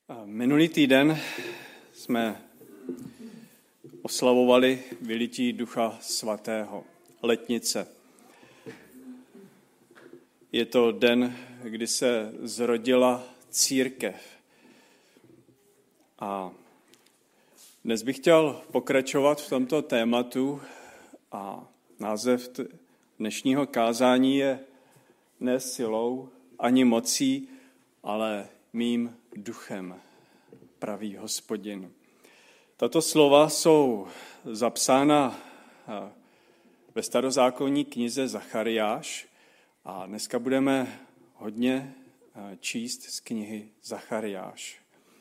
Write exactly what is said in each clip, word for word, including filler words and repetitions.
Minulý týden jsme oslavovali vylití Ducha Svatého, letnice. Je to den, kdy se zrodila církev. A dnes bych chtěl pokračovat v tomto tématu a název dnešního kázání je ne silou ani mocí, ale mým duchem, praví Hospodin. Tato slova jsou zapsána ve starozákonní knize Zachariáš a dneska budeme hodně číst z knihy Zachariáš.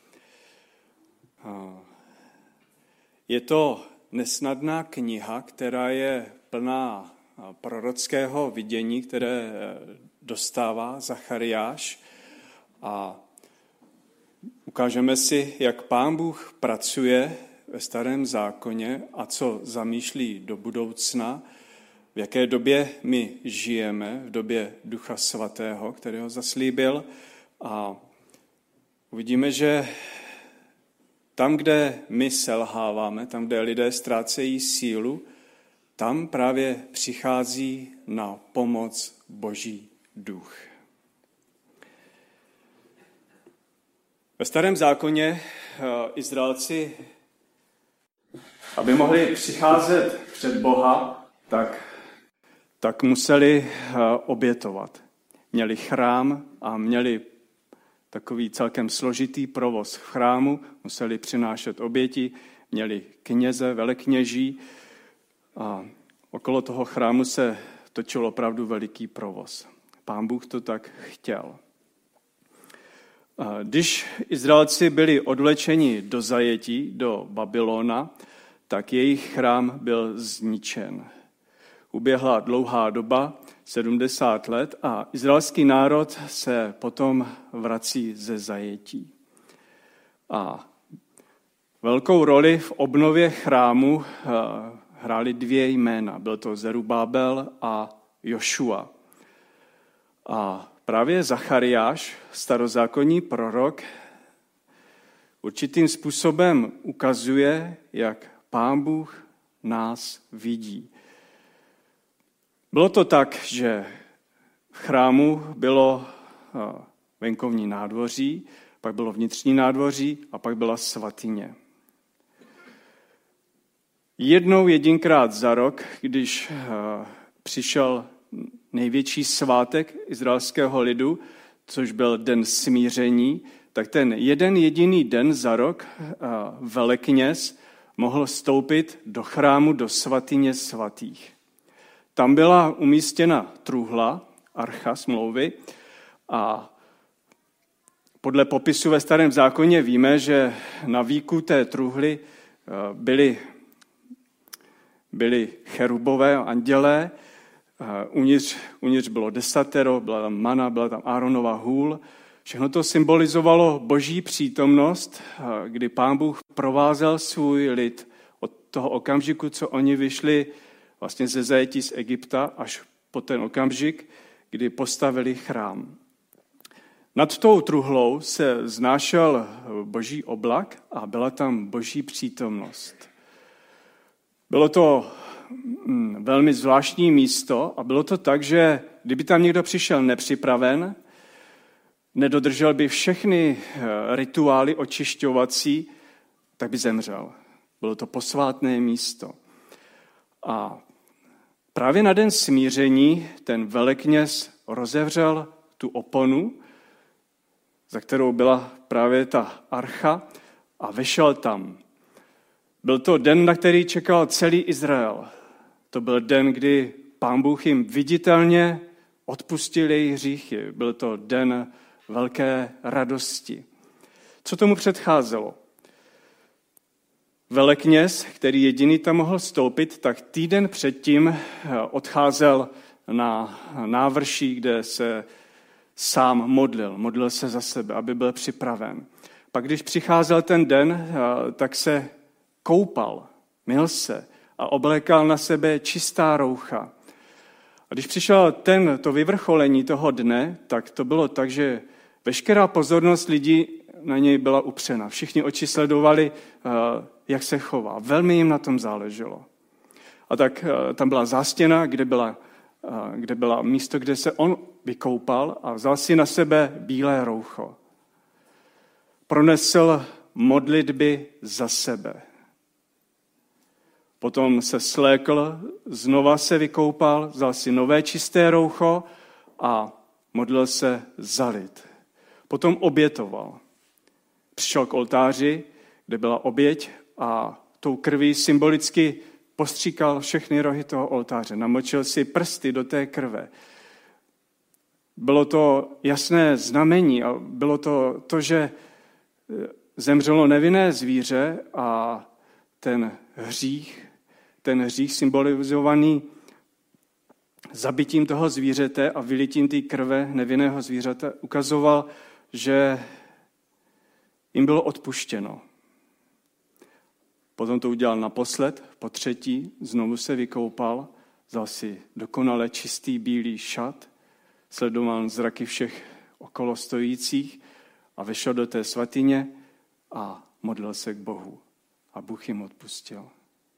Je to nesnadná kniha, která je plná prorockého vidění, které dostává Zachariáš, a ukážeme si, jak Pán Bůh pracuje ve Starém zákoně a co zamýšlí do budoucna, v jaké době my žijeme, v době Ducha Svatého, kterého zaslíbil. A uvidíme, že tam, kde my selháváme, tam, kde lidé ztrácejí sílu, tam právě přichází na pomoc Boží duch. Ve Starém zákoně Izraelci, aby mohli přicházet před Boha, tak, tak museli obětovat. Měli chrám a měli takový celkem složitý provoz v chrámu, museli přinášet oběti, měli kněze, velekněží a okolo toho chrámu se točil opravdu veliký provoz. Pán Bůh to tak chtěl. Když Izraelci byli odvlečeni do zajetí, do Babylona, tak jejich chrám byl zničen. Uběhla dlouhá doba, sedmdesát let, a izraelský národ se potom vrací ze zajetí. A velkou roli v obnově chrámu hrály dvě jména. Byl to Zerubábel a Jošua. A právě Zachariáš, starozákonní prorok, určitým způsobem ukazuje, jak Pán Bůh nás vidí. Bylo to tak, že v chrámu bylo venkovní nádvoří, pak bylo vnitřní nádvoří a pak byla svatyně. Jednou jedinkrát za rok, když přišel největší svátek izraelského lidu, což byl den smíření, tak ten jeden jediný den za rok velekněz mohl vstoupit do chrámu, do svatyně svatých. Tam byla umístěna truhla, archa smlouvy, a podle popisu ve Starém zákoně víme, že na víku té truhly byly, byly cherubové, andělé. Uvnitř, uvnitř bylo desatero, byla tam mana, byla tam Áronova hůl. Všechno to symbolizovalo Boží přítomnost, kdy Pán Bůh provázel svůj lid od toho okamžiku, co oni vyšli vlastně ze zajetí z Egypta, až po ten okamžik, kdy postavili chrám. Nad tou truhlou se znášel Boží oblak a byla tam Boží přítomnost. Bylo to velmi zvláštní místo a bylo to tak, že kdyby tam někdo přišel nepřipraven, nedodržel by všechny rituály očišťovací, tak by zemřel. Bylo to posvátné místo. A právě na den smíření ten velekněz rozevřel tu oponu, za kterou byla právě ta archa, a vešel tam. Byl to den, na který čekal celý Izrael. To byl den, kdy Pán Bůh jim viditelně odpustil jejich hříchy. Byl to den velké radosti. Co tomu předcházelo? Velekněz, který jediný tam mohl vstoupit, tak týden předtím odcházel na návrší, kde se sám modlil. Modlil se za sebe, aby byl připraven. Pak když přicházel ten den, tak se koupal, myl se a oblékal na sebe čistá roucha. A když přišel ten, to vyvrcholení toho dne, tak to bylo tak, že veškerá pozornost lidí na něj byla upřena. Všichni oči sledovali, jak se chová. Velmi jim na tom záleželo. A tak tam byla zástěna, kde byla, kde byla místo, kde se on vykoupal a vzal si na sebe bílé roucho. Pronesl modlitby za sebe. Potom se slékl, znova se vykoupal, vzal si nové čisté roucho a modlil se za lid. Potom obětoval. Přišel k oltáři, kde byla oběť a tou krví symbolicky postříkal všechny rohy toho oltáře. Namočil si prsty do té krve. Bylo to jasné znamení a bylo to to, že zemřelo nevinné zvíře a ten hřích, ten hřích symbolizovaný zabitím toho zvířete a vylitím té krve nevinného zvířete ukazoval, že jim bylo odpuštěno. Potom to udělal naposled, po třetí, znovu se vykoupal, vzal si dokonale čistý bílý šat, sledoval zraky všech okolo stojících a vešel do té svatyně a modlil se k Bohu. A Bůh jim odpustil.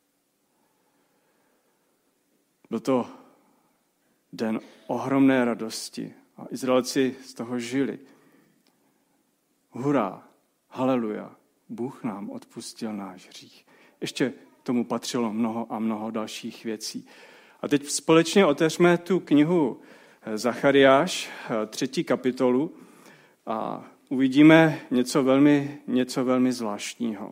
Byl to den ohromné radosti a Izraelci z toho žili. Hurá, haleluja, Bůh nám odpustil náš hřích. Ještě tomu patřilo mnoho a mnoho dalších věcí. A teď společně otevřeme tu knihu Zachariáš, třetí kapitolu a uvidíme něco velmi, něco velmi zvláštního.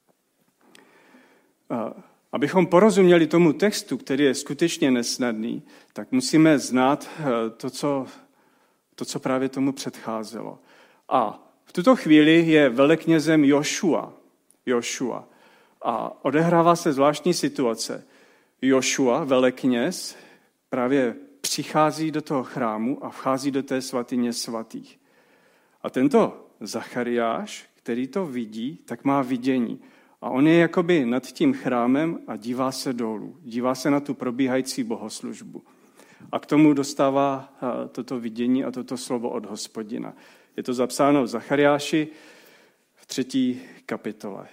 Abychom porozuměli tomu textu, který je skutečně nesnadný, tak musíme znát to, co, to, co právě tomu předcházelo. A v tuto chvíli je veleknězem Jošua. Jošua. A odehrává se zvláštní situace. Jošua, velekněz, právě přichází do toho chrámu a vchází do té svatyně svatých. A tento Zachariáš, který to vidí, tak má vidění. A on je jakoby nad tím chrámem a dívá se dolů. Dívá se na tu probíhající bohoslužbu. A k tomu dostává toto vidění a toto slovo od Hospodina. Je to zapsáno v Zachariáši v třetí kapitole.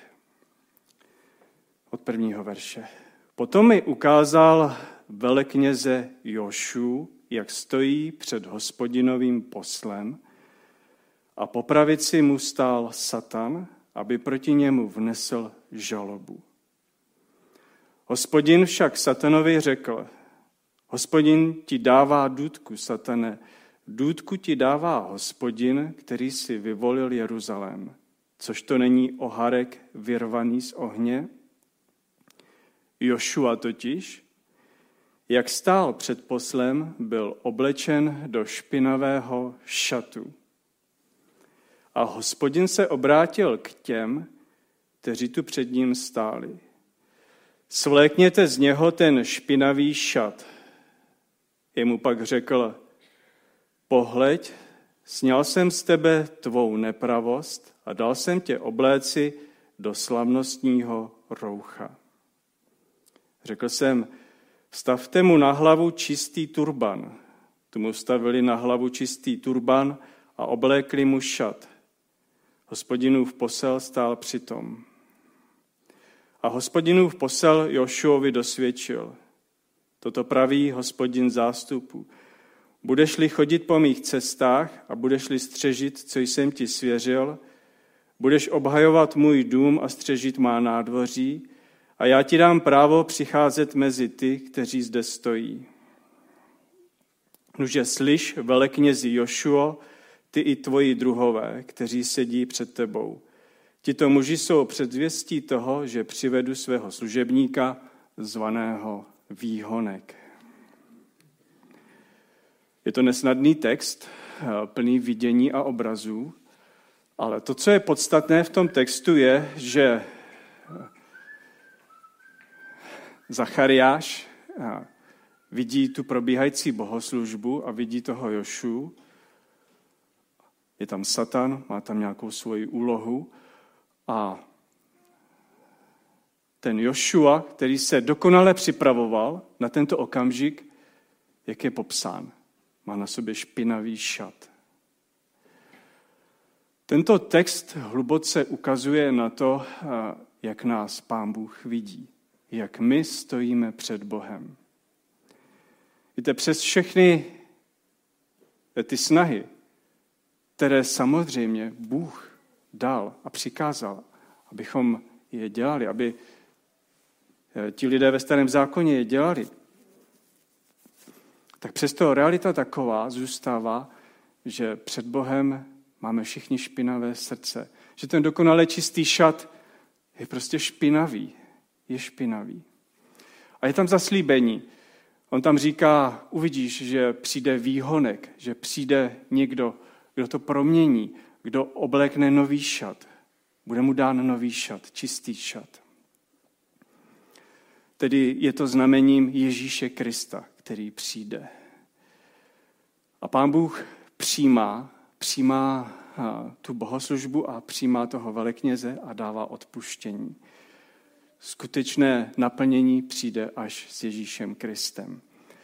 Od prvního verše. Potom mi ukázal velekněze Jošu, jak stojí před Hospodinovým poslem a po pravici mu stál Satan, aby proti němu vnesl žalobu. Hospodin však Satanovi řekl, Hospodin ti dává důtku, Satane, důtku ti dává Hospodin, který si vyvolil Jeruzalém, což to není oharek vyrvaný z ohně. Jošua totiž, jak stál před poslem, byl oblečen do špinavého šatu. A Hospodin se obrátil k těm, kteří tu před ním stáli. Svlékněte z něho ten špinavý šat. Jemu pak řekl, pohleď, sňal jsem z tebe tvou nepravost a dal jsem tě obléci do slavnostního roucha. Řekl jsem, vstavte mu na hlavu čistý turban. Tu mu vstavili na hlavu čistý turban a oblékli mu šat. Hospodinův posel stál přitom. A Hospodinův posel Jošuovi dosvědčil. Toto praví Hospodin zástupu. Budeš-li chodit po mých cestách a budeš-li střežit, co jsem ti svěřil, budeš obhajovat můj dům a střežit má nádvoří a já ti dám právo přicházet mezi ty, kteří zde stojí. Nuže slyš, veleknězi Jošuo, ty i tvoji druhové, kteří sedí před tebou. Tito muži jsou předzvěstí toho, že přivedu svého služebníka, zvaného Výhonek. Je to nesnadný text, plný vidění a obrazů, ale to, co je podstatné v tom textu, je, že Zachariáš vidí tu probíhající bohoslužbu a vidí toho Jošu. Je tam Satan, má tam nějakou svoji úlohu a ten Jošua, který se dokonale připravoval na tento okamžik, jak je popsán. Má na sobě špinavý šat. Tento text hluboce ukazuje na to, jak nás Pán Bůh vidí, jak my stojíme před Bohem. Víte, přes všechny ty snahy, které samozřejmě Bůh dal a přikázal, abychom je dělali, aby ti lidé ve Starém zákoně je dělali, tak přesto realita taková zůstává, že před Bohem máme všichni špinavé srdce. Že ten dokonale čistý šat je prostě špinavý. Je špinavý. A je tam zaslíbení. On tam říká, uvidíš, že přijde výhonek, že přijde někdo, kdo to promění, kdo oblékne nový šat. Bude mu dán nový šat, čistý šat. Tedy je to znamením Ježíše Krista, který přijde. A Pán Bůh přijímá, přijímá tu bohoslužbu a přijímá toho velekněze a dává odpuštění. Skutečné naplnění přijde až s Ježíšem Kristem.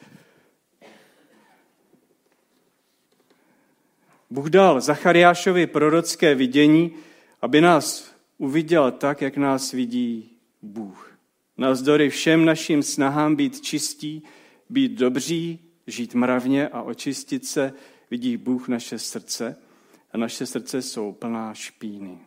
Bůh dal Zachariášovi prorocké vidění, aby nás uviděl tak, jak nás vidí Bůh. Navzdory všem našim snahám být čistí, být dobří, žít mravně a očistit se, vidí Bůh naše srdce a naše srdce jsou plná špíny.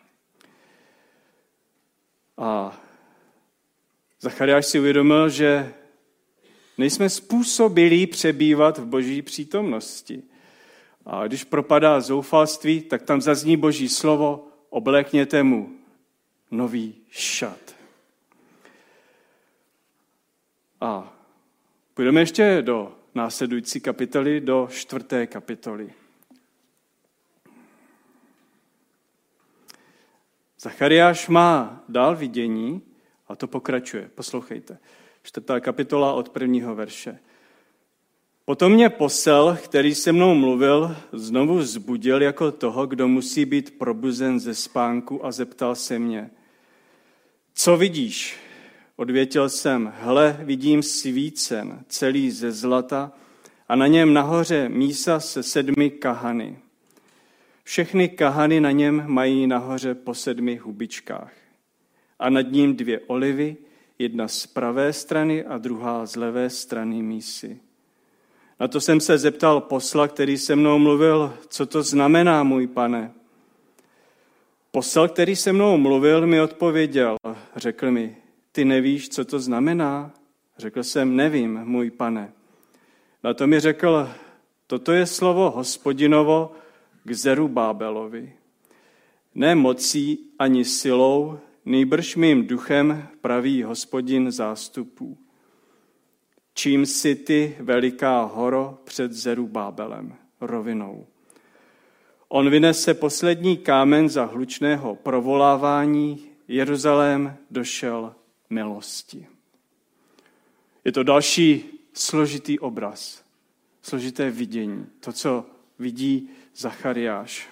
A Zachariáš si uvědomil, že nejsme způsobilí přebývat v Boží přítomnosti. A když propadá zoufalství, tak tam zazní Boží slovo, oblékněte mu nový šat. A půjdeme ještě do následující kapitoly, do čtvrté kapitoly. Zachariáš má dál vidění a to pokračuje. Poslouchejte. Čtvrtá kapitola od prvního verše. Potom mě posel, který se mnou mluvil, znovu vzbudil jako toho, kdo musí být probuzen ze spánku a zeptal se mě, co vidíš? Odvětil jsem, hle, vidím svícen, celý ze zlata a na něm nahoře mísa se sedmi kahany. Všechny kahany na něm mají nahoře po sedmi hubičkách. A nad ním dvě olivy, jedna z pravé strany a druhá z levé strany mísy. Na to jsem se zeptal posla, který se mnou mluvil, co to znamená, můj pane. Posel, který se mnou mluvil, mi odpověděl, řekl mi, ty nevíš, co to znamená? Řekl jsem, nevím, můj pane. Na to mi řekl, toto je slovo Hospodinovo k Zerubábelovi. Ne mocí ani silou, nýbrž mým duchem, praví Hospodin zástupů. Čím si ty, veliká horo, před Zerubábelem, rovinou. On vynese poslední kámen za hlučného provolávání, Jeruzalém došel milosti. Je to další složitý obraz, složité vidění, to, co vidí Zachariáš.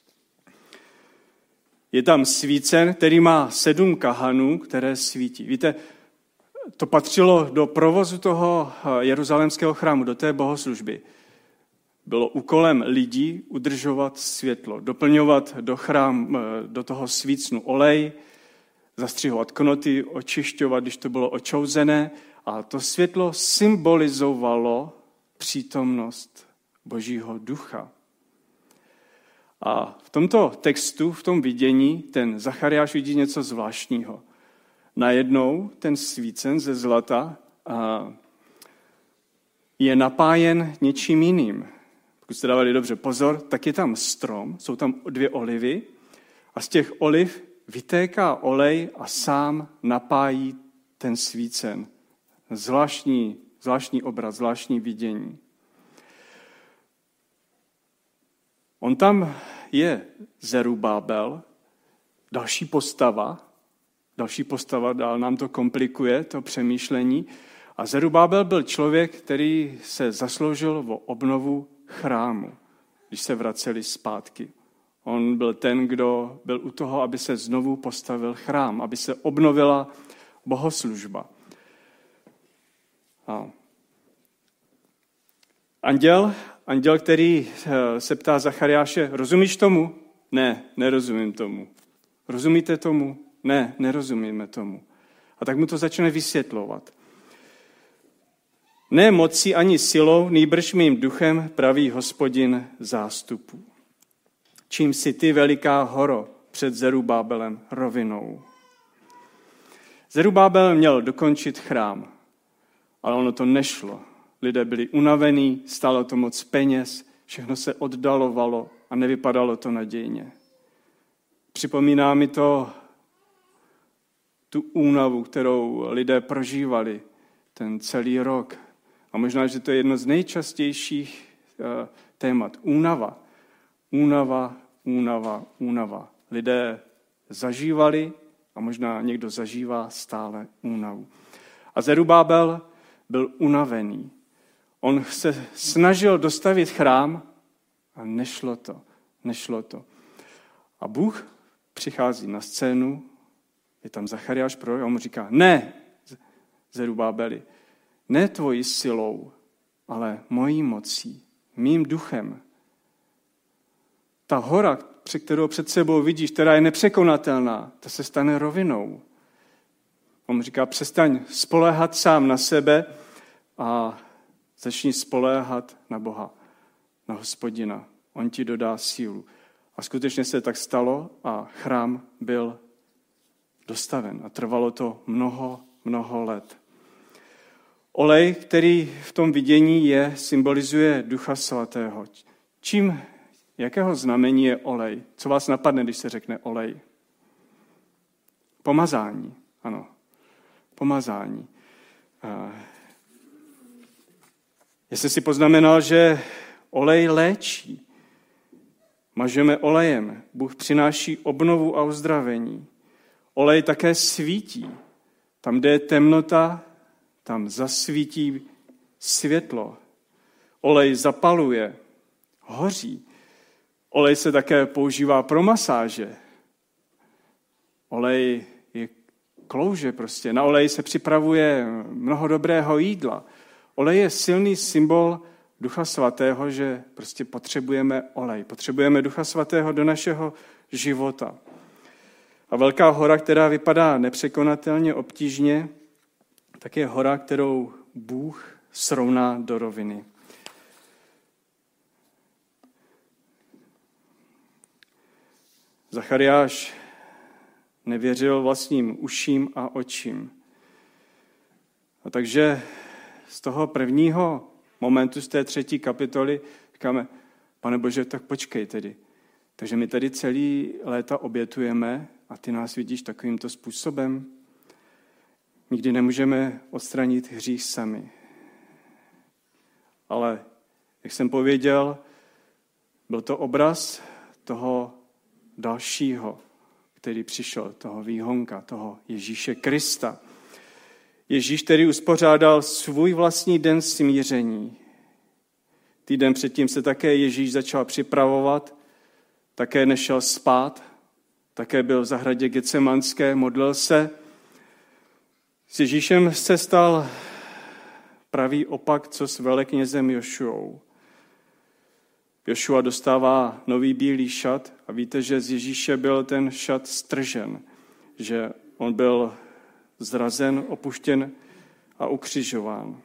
Je tam svícen, který má sedm kahanů, které svítí. Víte, to patřilo do provozu toho jeruzalémského chrámu, do té bohoslužby. Bylo úkolem lidí udržovat světlo, doplňovat do chrám, do toho svícnu olej, zastřihovat knoty, očišťovat, když to bylo očouzené. A to světlo symbolizovalo přítomnost Božího ducha. A v tomto textu, v tom vidění, ten Zachariáš vidí něco zvláštního. Najednou ten svícen ze zlata je napájen něčím jiným. Pokud jste dávali dobře pozor, tak je tam strom, jsou tam dvě olivy a z těch oliv vytéká olej a sám napájí ten svícen. Zvláštní, zvláštní obraz, zvláštní vidění. On tam je Zerubábel, další postava, další postava, dál nám to komplikuje, to přemýšlení. A Zerubábel byl člověk, který se zasloužil o obnovu chrámu, když se vraceli zpátky. On byl ten, kdo byl u toho, aby se znovu postavil chrám, aby se obnovila bohoslužba. A Anděl, anděl, který se ptá Zachariáše, rozumíš tomu, Ne, nerozumím tomu. Rozumíte tomu? Ne, nerozumíme tomu. A tak mu to začne vysvětlovat. Ne mocí ani silou, nýbrž mým duchem, praví Hospodin zástupů. Čím si ty, veliká horo, před Zerubábelem rovinou. Zerubábel měl dokončit chrám, ale ono to nešlo. Lidé byli unavení, stálo to moc peněz, všechno se oddalovalo a nevypadalo to nadějně. Připomíná mi to tu únavu, kterou lidé prožívali ten celý rok. A možná, že to je jedno z nejčastějších uh, témat. Únava. Únava, únava, únava. Lidé zažívali a možná někdo zažívá stále únavu. A Zerubábel byl unavený. On se snažil dostavit chrám a nešlo to. Nešlo to. A Bůh přichází na scénu, je tam Zachariáš prorok a on mu říká, ne, Zerubábeli, ne tvojí silou, ale mojí mocí, mým duchem. Ta hora, při kterou před sebou vidíš, která je nepřekonatelná, ta se stane rovinou. On mu říká, přestaň spoléhat sám na sebe a začni spoléhat na Boha, na Hospodina. On ti dodá sílu. A skutečně se tak stalo a chrám byl dostaven. A trvalo to mnoho, mnoho let. Olej, který v tom vidění je, symbolizuje Ducha Svatého. Čím, jakého znamení je olej? Co vás napadne, když se řekne olej? Pomazání, ano. Pomazání. Jestli si poznamenal, že olej léčí. Mažeme olejem. Bůh přináší obnovu a uzdravení. Olej také svítí. Tam, kde je temnota, tam zasvítí světlo. Olej zapaluje, hoří. Olej se také používá pro masáže. Olej je klouže prostě. Na olej se připravuje mnoho dobrého jídla. Olej je silný symbol Ducha Svatého, že prostě potřebujeme olej. Potřebujeme Ducha Svatého do našeho života. A velká hora, která vypadá nepřekonatelně obtížně, tak je hora, kterou Bůh srovná do roviny. Zachariáš nevěřil vlastním uším a očím. A takže z toho prvního momentu, z té třetí kapitoly, říkáme, Pane Bože, tak počkej tedy. Takže my tady celý léta obětujeme a ty nás vidíš takovýmto způsobem. Nikdy nemůžeme odstranit hřích sami. Ale, jak jsem pověděl, byl to obraz toho dalšího, který přišel, toho výhonka, toho Ježíše Krista. Ježíš, který uspořádal svůj vlastní den smíření. Týden předtím se také Ježíš začal připravovat, také nešel spát, také byl v zahradě Getsemanské, modlil se. S Ježíšem se stal pravý opak, co s veleknězem Jošuou. Jošua dostává nový bílý šat a víte, že z Ježíše byl ten šat stržen, že on byl zrazen, opuštěn a ukřižován.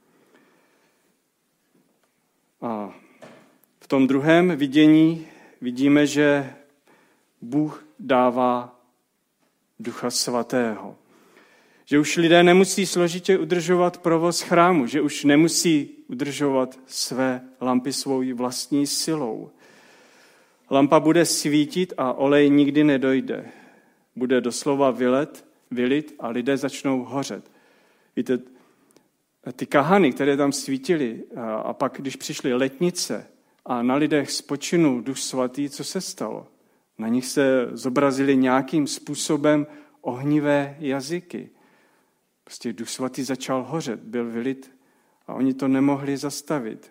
A v tom druhém vidění vidíme, že Bůh dává Ducha Svatého. Že už lidé nemusí složitě udržovat provoz chrámu, že už nemusí udržovat své lampy svou vlastní silou. Lampa bude svítit a olej nikdy nedojde. Bude doslova vylet, vylit a lidé začnou hořet. Víte, ty kahany, které tam svítily, a pak, když přišly letnice a na lidech spočinul Duch Svatý, co se stalo? Na nich se zobrazily nějakým způsobem ohnivé jazyky. Prostě Duch Svatý začal hořet, byl vylit a oni to nemohli zastavit.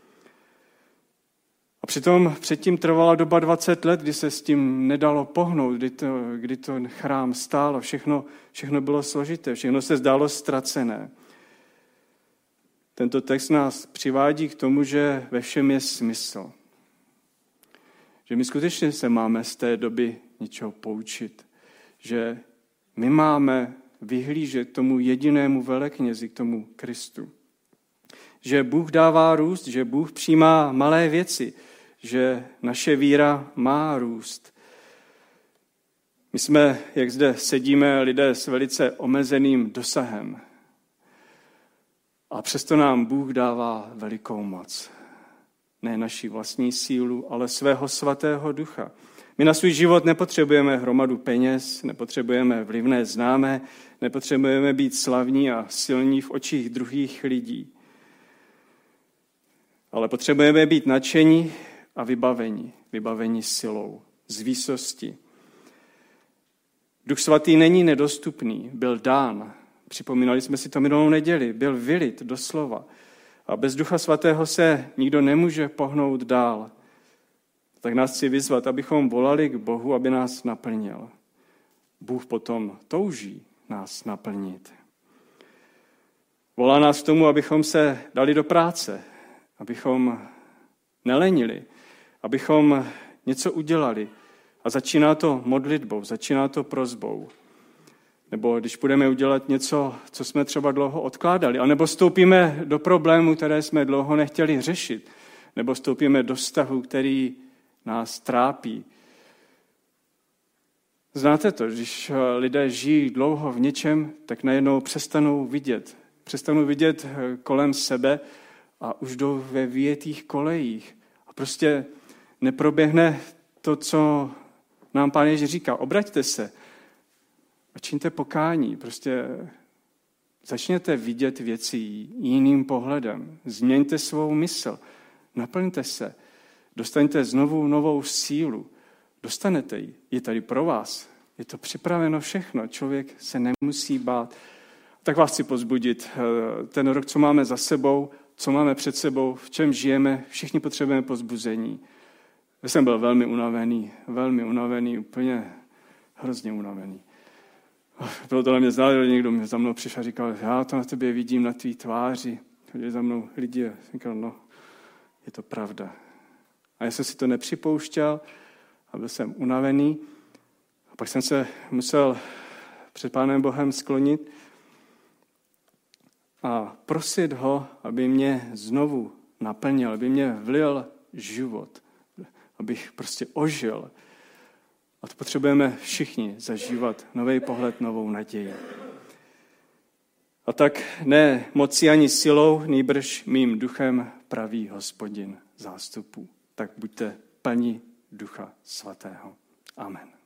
A přitom předtím trvala doba dvacet let, kdy se s tím nedalo pohnout, kdy to, kdy to chrám stálo, všechno, všechno bylo složité, všechno se zdálo ztracené. Tento text nás přivádí k tomu, že ve všem je smysl. Že my skutečně se máme z té doby něčeho poučit. Že my máme vyhlížet k tomu jedinému veleknězi, k tomu Kristu. Že Bůh dává růst, že Bůh přijímá malé věci, že naše víra má růst. My jsme, jak zde sedíme, lidé s velice omezeným dosahem. A přesto nám Bůh dává velikou moc. Ne naši vlastní sílu, ale svého svatého ducha. My na svůj život nepotřebujeme hromadu peněz, nepotřebujeme vlivné známé, nepotřebujeme být slavní a silní v očích druhých lidí. Ale potřebujeme být nadšení a vybavení. Vybavení silou, z výsosti. Duch svatý není nedostupný, byl dán. Připomínali jsme si to minulou neděli, byl vylit doslova. A bez Ducha svatého se nikdo nemůže pohnout dál. Tak nás chci vyzvat, abychom volali k Bohu, aby nás naplnil. Bůh potom touží nás naplnit. Volá nás k tomu, abychom se dali do práce, abychom nelenili, abychom něco udělali. A začíná to modlitbou, začíná to prosbou. Nebo když budeme udělat něco, co jsme třeba dlouho odkládali, anebo vstoupíme do problému, které jsme dlouho nechtěli řešit, nebo vstoupíme do vztahu, který nás trápí. Znáte to, když lidé žijí dlouho v něčem, tak najednou přestanou vidět. Přestanou vidět kolem sebe a už jdou ve vyjetých kolejích. A prostě neproběhne to, co nám Pán Ježíš říká. Obraťte se a čiňte pokání. Prostě začněte vidět věci jiným pohledem. Změňte svou mysl. Naplňte se. Dostaňte znovu novou sílu. Dostanete ji. Je tady pro vás. Je to připraveno všechno. Člověk se nemusí bát. Tak vás chci povzbudit. Ten rok, co máme za sebou, co máme před sebou, v čem žijeme, všichni potřebujeme povzbuzení. Já jsem byl velmi unavený, velmi unavený, úplně hrozně unavený. Bylo to na mě znát, někdo mě za mnou přišel a říkal, já to na tebe vidím, na tvý tváři. Chodili za mnou lidi a říkal, no, je to pravda. A já jsem si to nepřipouštěl a byl jsem unavený. A pak jsem se musel před Pánem Bohem sklonit a prosit ho, aby mě znovu naplnil, aby mě vlil život, abych prostě ožil. A to potřebujeme všichni zažívat nový pohled, novou naději. A tak ne mocí ani silou, nýbrž mým duchem praví Hospodin zástupů. Tak buďte plní Ducha Svatého. Amen.